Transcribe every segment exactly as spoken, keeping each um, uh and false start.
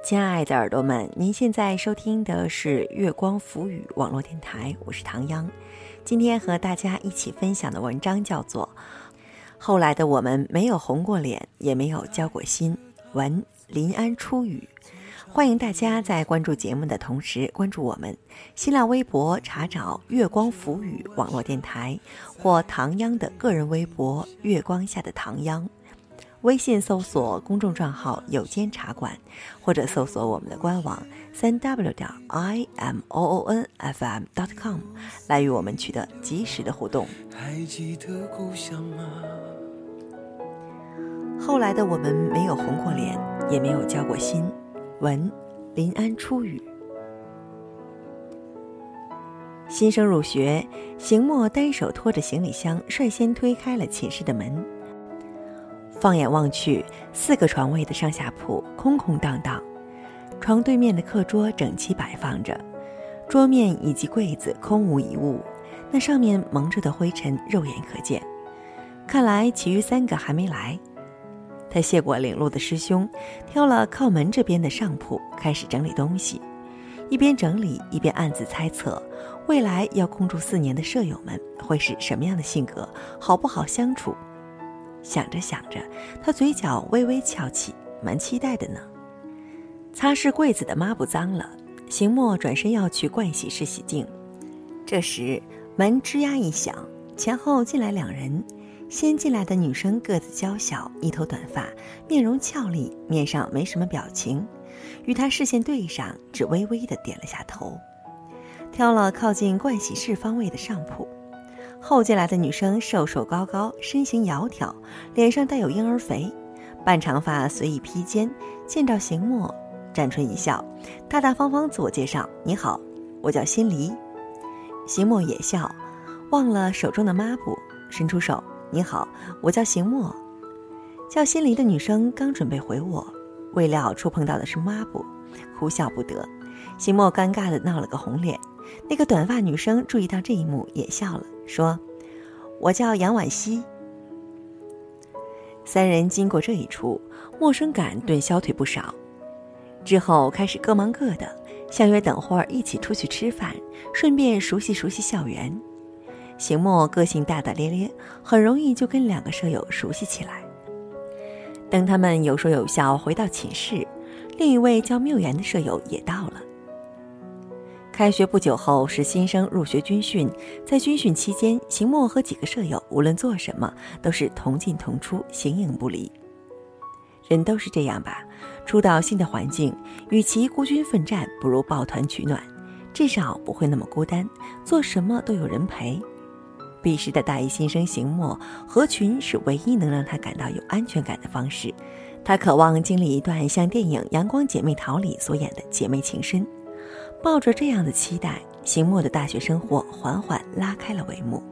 亲爱的耳朵们，您现在收听的是月光浮语网络电台，我是唐央。今天和大家一起分享的文章叫做《后来的我们没有红过脸，也没有交过心》，文林安初语。欢迎大家在关注节目的同时关注我们新浪微博，查找月光浮语网络电台，或唐央的个人微博月光下的唐央，微信搜索公众账号有间茶馆，或者搜索我们的官网 三 w 点 i m o o n f m 点 com 来与我们取得及时的互动。 还记得故乡吗？ 后来的我们没有红过脸，也没有交过心，文林安初语。新生入学，邢墨单手拖着行李箱率先推开了寝室的门。放眼望去，四个床位的上下铺空空荡荡，床对面的课桌整齐摆放着，桌面以及柜子空无一物，那上面蒙着的灰尘肉眼可见。看来其余三个还没来。他谢过领路的师兄，挑了靠门这边的上铺，开始整理东西，一边整理一边暗自猜测未来要空住四年的舍友们会是什么样的性格，好不好相处。想着想着，他嘴角微微翘起，蛮期待的呢。擦拭柜子的抹布脏了，邢墨转身要去盥洗室洗净。这时门吱呀一响，前后进来两人。先进来的女生个子娇小，一头短发，面容俏丽，面上没什么表情，与他视线对上，只微微地点了下头。挑了靠近盥洗室方位的上铺。后进来的女生瘦瘦高高，身形窈窕，脸上带有婴儿肥，半长发随意披肩，见到邢墨展唇一笑，大大方方自我介绍：你好，我叫心梨。邢墨也笑，忘了手中的抹布，伸出手：你好，我叫邢墨。叫心梨的女生刚准备回我，未料触碰到的是抹布，哭笑不得。邢墨尴尬地闹了个红脸。那个短发女生注意到这一幕也笑了，说：我叫杨婉熙。三人经过这一出，陌生感顿消退不少。之后开始各忙各的，相约等会儿一起出去吃饭，顺便熟悉熟悉校园。邢墨个性大大咧咧，很容易就跟两个舍友熟悉起来。等他们有说有笑回到寝室，另一位叫缪言的舍友也到了。开学不久后是新生入学军训，在军训期间，邢墨和几个舍友无论做什么都是同进同出，形影不离。人都是这样吧，初到新的环境，与其孤军奋战，不如抱团取暖，至少不会那么孤单，做什么都有人陪。彼时的大一新生邢墨，合群是唯一能让他感到有安全感的方式。他渴望经历一段像电影《阳光姐妹淘》里所演的姐妹情深。抱着这样的期待，邢墨的大学生活缓缓拉开了帷幕。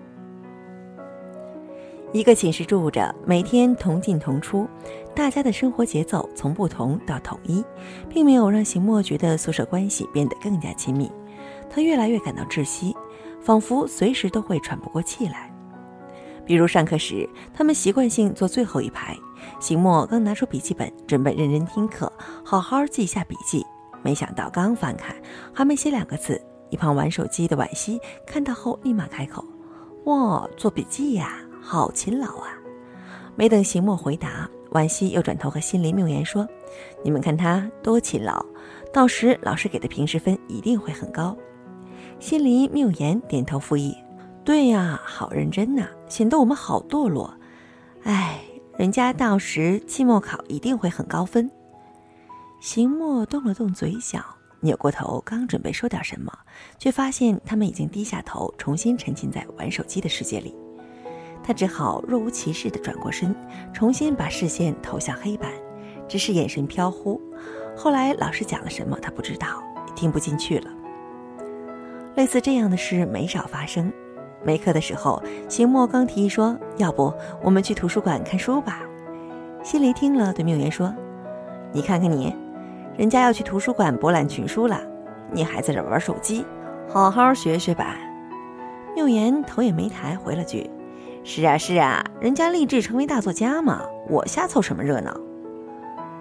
一个寝室住着，每天同进同出，大家的生活节奏从不同到统一，并没有让邢墨觉得宿舍关系变得更加亲密。他越来越感到窒息，仿佛随时都会喘不过气来。比如上课时，他们习惯性坐最后一排，邢墨刚拿出笔记本，准备认真听课，好好记下笔记。没想到刚翻开，还没写两个字，一旁玩手机的婉熙看到后立马开口：哇，做笔记呀，好勤劳啊。没等邢墨回答，婉熙又转头和心梨缪言说：你们看他多勤劳，到时老师给的平时分一定会很高。心梨缪言点头附议：对呀，好认真呐、啊，显得我们好堕落。哎，人家到时期末考一定会很高分。邢墨动了动嘴角，扭过头刚准备说点什么，却发现他们已经低下头，重新沉浸在玩手机的世界里。他只好若无其事地转过身，重新把视线投向黑板，只是眼神飘忽。后来老师讲了什么他不知道，也听不进去了。类似这样的事没少发生。没课的时候，邢墨刚提议说：要不我们去图书馆看书吧。心梨听了对缪言说：你看看你，人家要去图书馆博览群书了，你还在这玩手机，好好学学吧。缪言头也没抬回了句：是啊是啊，人家立志成为大作家嘛，我瞎凑什么热闹。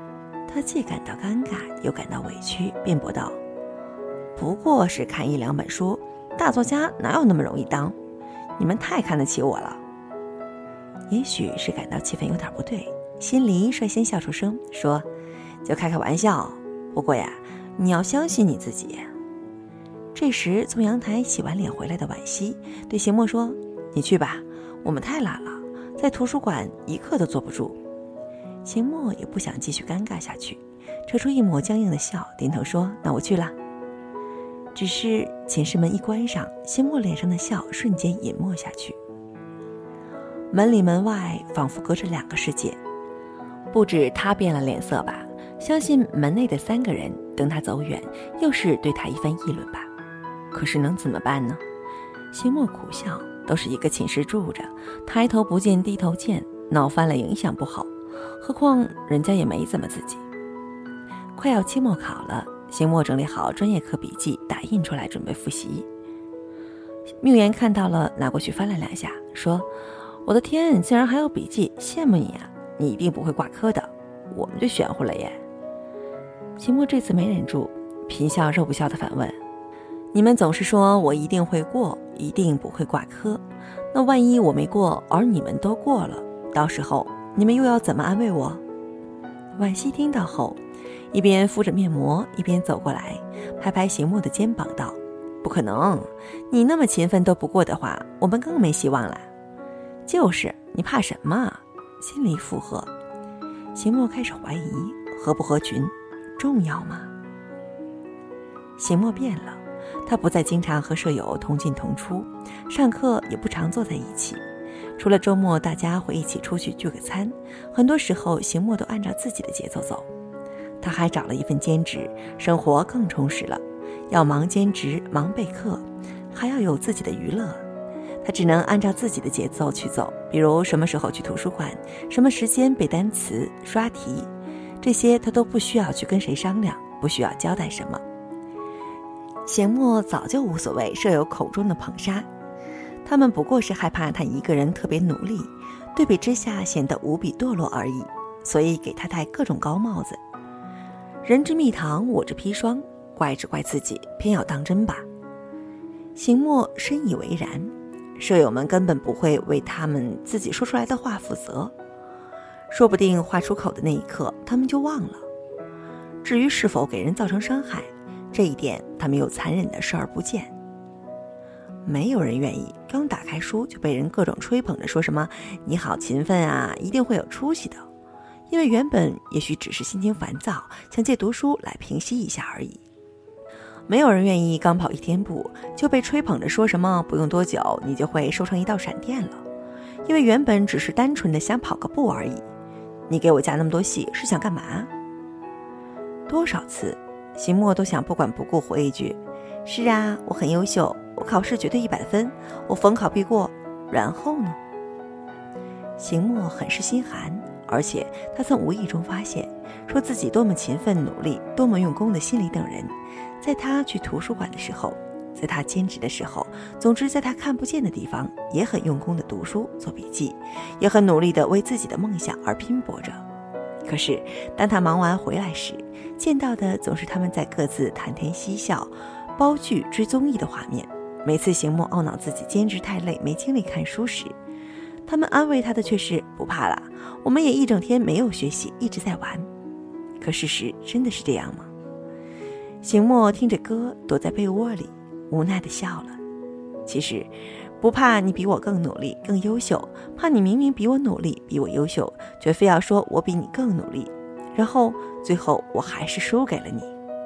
他既感到尴尬，又感到委屈，辩驳道：不过是看一两本书，大作家哪有那么容易当？你们太看得起我了。也许是感到气氛有点不对，辛离率先笑出声，说：就开开玩笑，不过呀，你要相信你自己。这时从阳台洗完脸回来的婉熙对邢墨说：你去吧，我们太懒了，在图书馆一刻都坐不住。邢墨也不想继续尴尬下去，扯出一抹僵硬的笑，点头说：那我去了。只是寝室门一关上，邢墨脸上的笑瞬间隐没下去。门里门外仿佛隔着两个世界，不止他变了脸色吧，相信门内的三个人等他走远，又是对他一番议论吧。可是能怎么办呢？邢墨苦笑，都是一个寝室住着，抬头不见低头见，闹翻了影响不好，何况人家也没怎么自己。快要期末考了，邢墨整理好专业课笔记，打印出来准备复习。缪言看到了，拿过去翻了两下，说：我的天，竟然还有笔记，羡慕你啊，你一定不会挂科的，我们就玄乎了耶。秦墨这次没忍住，皮笑肉不笑地反问：你们总是说我一定会过，一定不会挂科，那万一我没过，而你们都过了，到时候你们又要怎么安慰我？婉熙听到后，一边敷着面膜，一边走过来，拍拍邢墨的肩膀道：不可能，你那么勤奋都不过的话，我们更没希望了。就是，你怕什么？心里附和。邢墨开始怀疑，合不合群重要吗？邢墨变了，他不再经常和舍友同进同出，上课也不常坐在一起，除了周末大家会一起出去聚个餐，很多时候邢墨都按照自己的节奏走。他还找了一份兼职，生活更充实了，要忙兼职，忙备课，还要有自己的娱乐。他只能按照自己的节奏去走，比如什么时候去图书馆，什么时间背单词、刷题，这些他都不需要去跟谁商量，不需要交代什么。邢墨早就无所谓舍友口中的捧杀，他们不过是害怕他一个人特别努力，对比之下显得无比堕落而已，所以给他戴各种高帽子。人之蜜糖，我之砒霜，怪只怪自己偏要当真吧。邢墨深以为然，舍友们根本不会为他们自己说出来的话负责，说不定话出口的那一刻他们就忘了。至于是否给人造成伤害，这一点他们又残忍的视而不见。没有人愿意刚打开书就被人各种吹捧着说什么你好勤奋啊，一定会有出息的，因为原本也许只是心情烦躁，想借读书来平息一下而已。没有人愿意刚跑一天步就被吹捧着说什么不用多久你就会瘦成一道闪电了，因为原本只是单纯的想跑个步而已。你给我加那么多戏是想干嘛？多少次邢墨都想不管不顾回一句：是啊，我很优秀，我考试绝对一百分，我逢考必过。然后呢？邢墨很是心寒，而且他曾无意中发现，说自己多么勤奋努力，多么用功的心理等人，在他去图书馆的时候，在他兼职的时候，总之在他看不见的地方，也很用功的读书做笔记，也很努力的为自己的梦想而拼搏着。可是当他忙完回来时，见到的总是他们在各自谈天嬉笑、煲剧追综艺的画面。每次邢墨懊恼自己兼职太累没精力看书时，他们安慰他的却是：不怕啦，我们也一整天没有学习，一直在玩。可事实真的是这样吗？邢墨听着歌躲在被窝里，无奈地笑了。其实不怕你比我更努力更优秀，怕你明明比我努力比我优秀，却非要说我比你更努力，然后最后我还是输给了你。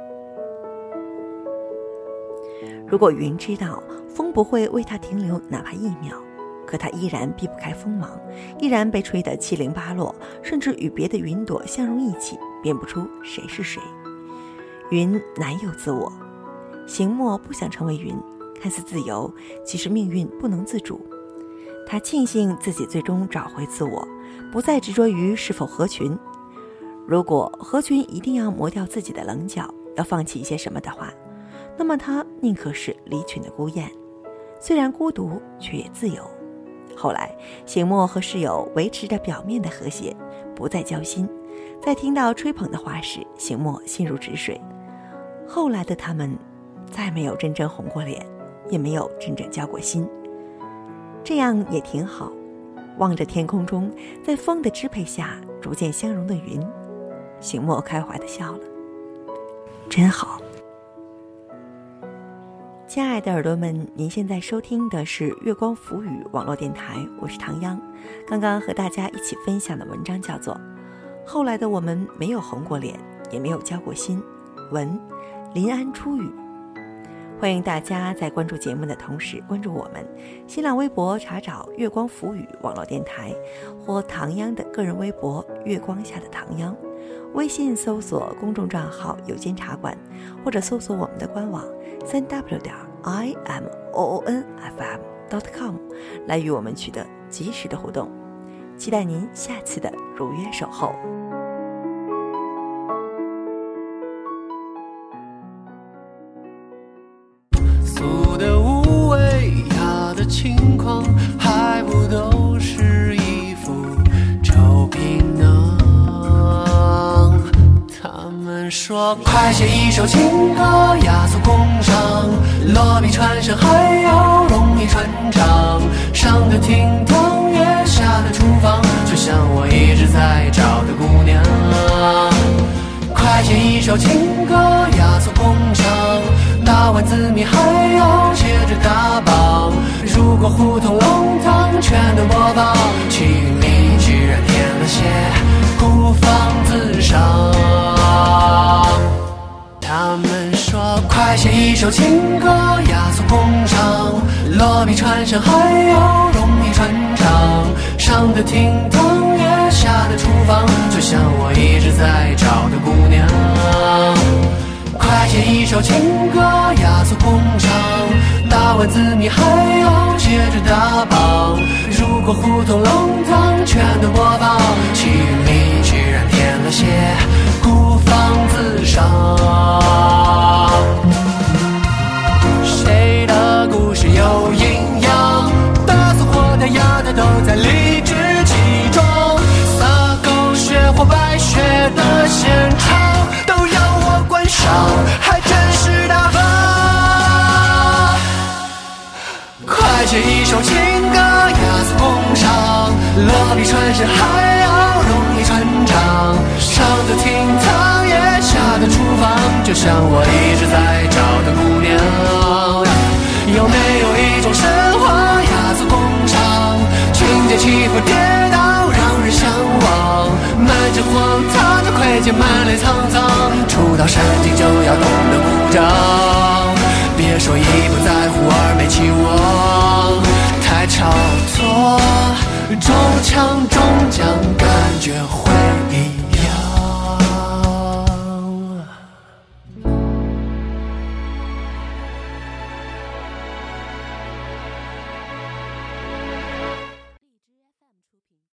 如果云知道风不会为他停留哪怕一秒，可他依然避不开锋芒，依然被吹得七零八落，甚至与别的云朵相融一起，辨不出谁是谁。云难有自我，邢墨不想成为云，看似自由，其实命运不能自主。他庆幸自己最终找回自我，不再执着于是否合群。如果合群一定要磨掉自己的棱角，要放弃一些什么的话，那么他宁可是离群的孤雁，虽然孤独却也自由。 后来，醒墨和室友维持着表面的和谐，不再交心。在听到吹捧的话时，醒墨心如止水。后来的他们，再没有真正红过脸，也没有真正交过心。这样也挺好。望着天空中在风的支配下逐渐相融的云，醒墨开怀地笑了，真好。亲爱的耳朵们，您现在收听的是月光浮语网络电台，我是唐央。刚刚和大家一起分享的文章叫做《后来的我们没有红过脸，也没有交过心》，文林安初语。欢迎大家在关注节目的同时关注我们，新浪微博查找月光浮语网络电台，或唐央的个人微博月光下的唐央，微信搜索公众账号有间茶馆，或者搜索我们的官网 三 w 点 i m o o n f m dot com 来与我们取得及时的互动。期待您下次的如约守候。 素的无味，雅的轻狂，还不都是一副臭皮囊？他们说快写一首情歌，雅俗共赏，落笔传神还要容易传唱，上的厅堂月下的厨房，就像我一直在找的姑娘。快写一首情歌，雅俗共赏，打完字谜还要接着打榜，如果胡同弄堂全都播放，气韵里居然添了些孤芳自赏。他们说快写一首情歌，雅俗共赏，落笔传神还要容易传唱，上的厅堂月下的厨房，就像我一直在找的姑娘。快写一首情歌，雅俗共赏，打完字谜还要接着打榜，如果胡同弄堂全都播放，气韵里居然添了些孤芳自赏。谁的故事有营养，大俗或的雅的都在理直气壮，撒狗血或白血的现场都要我观赏，还真是大方。快写一首情歌，雅俗共赏，落笔传神还要容易传唱，上的厅堂月下的厨房，就像我一直在找的姑娘。有没有一种神话，雅俗共赏，情节起伏跌倒让人向往，满纸荒唐的亏欠满脸沧桑，触到神经就要懂得鼓掌，别说一不在乎二没期望，太超脱中强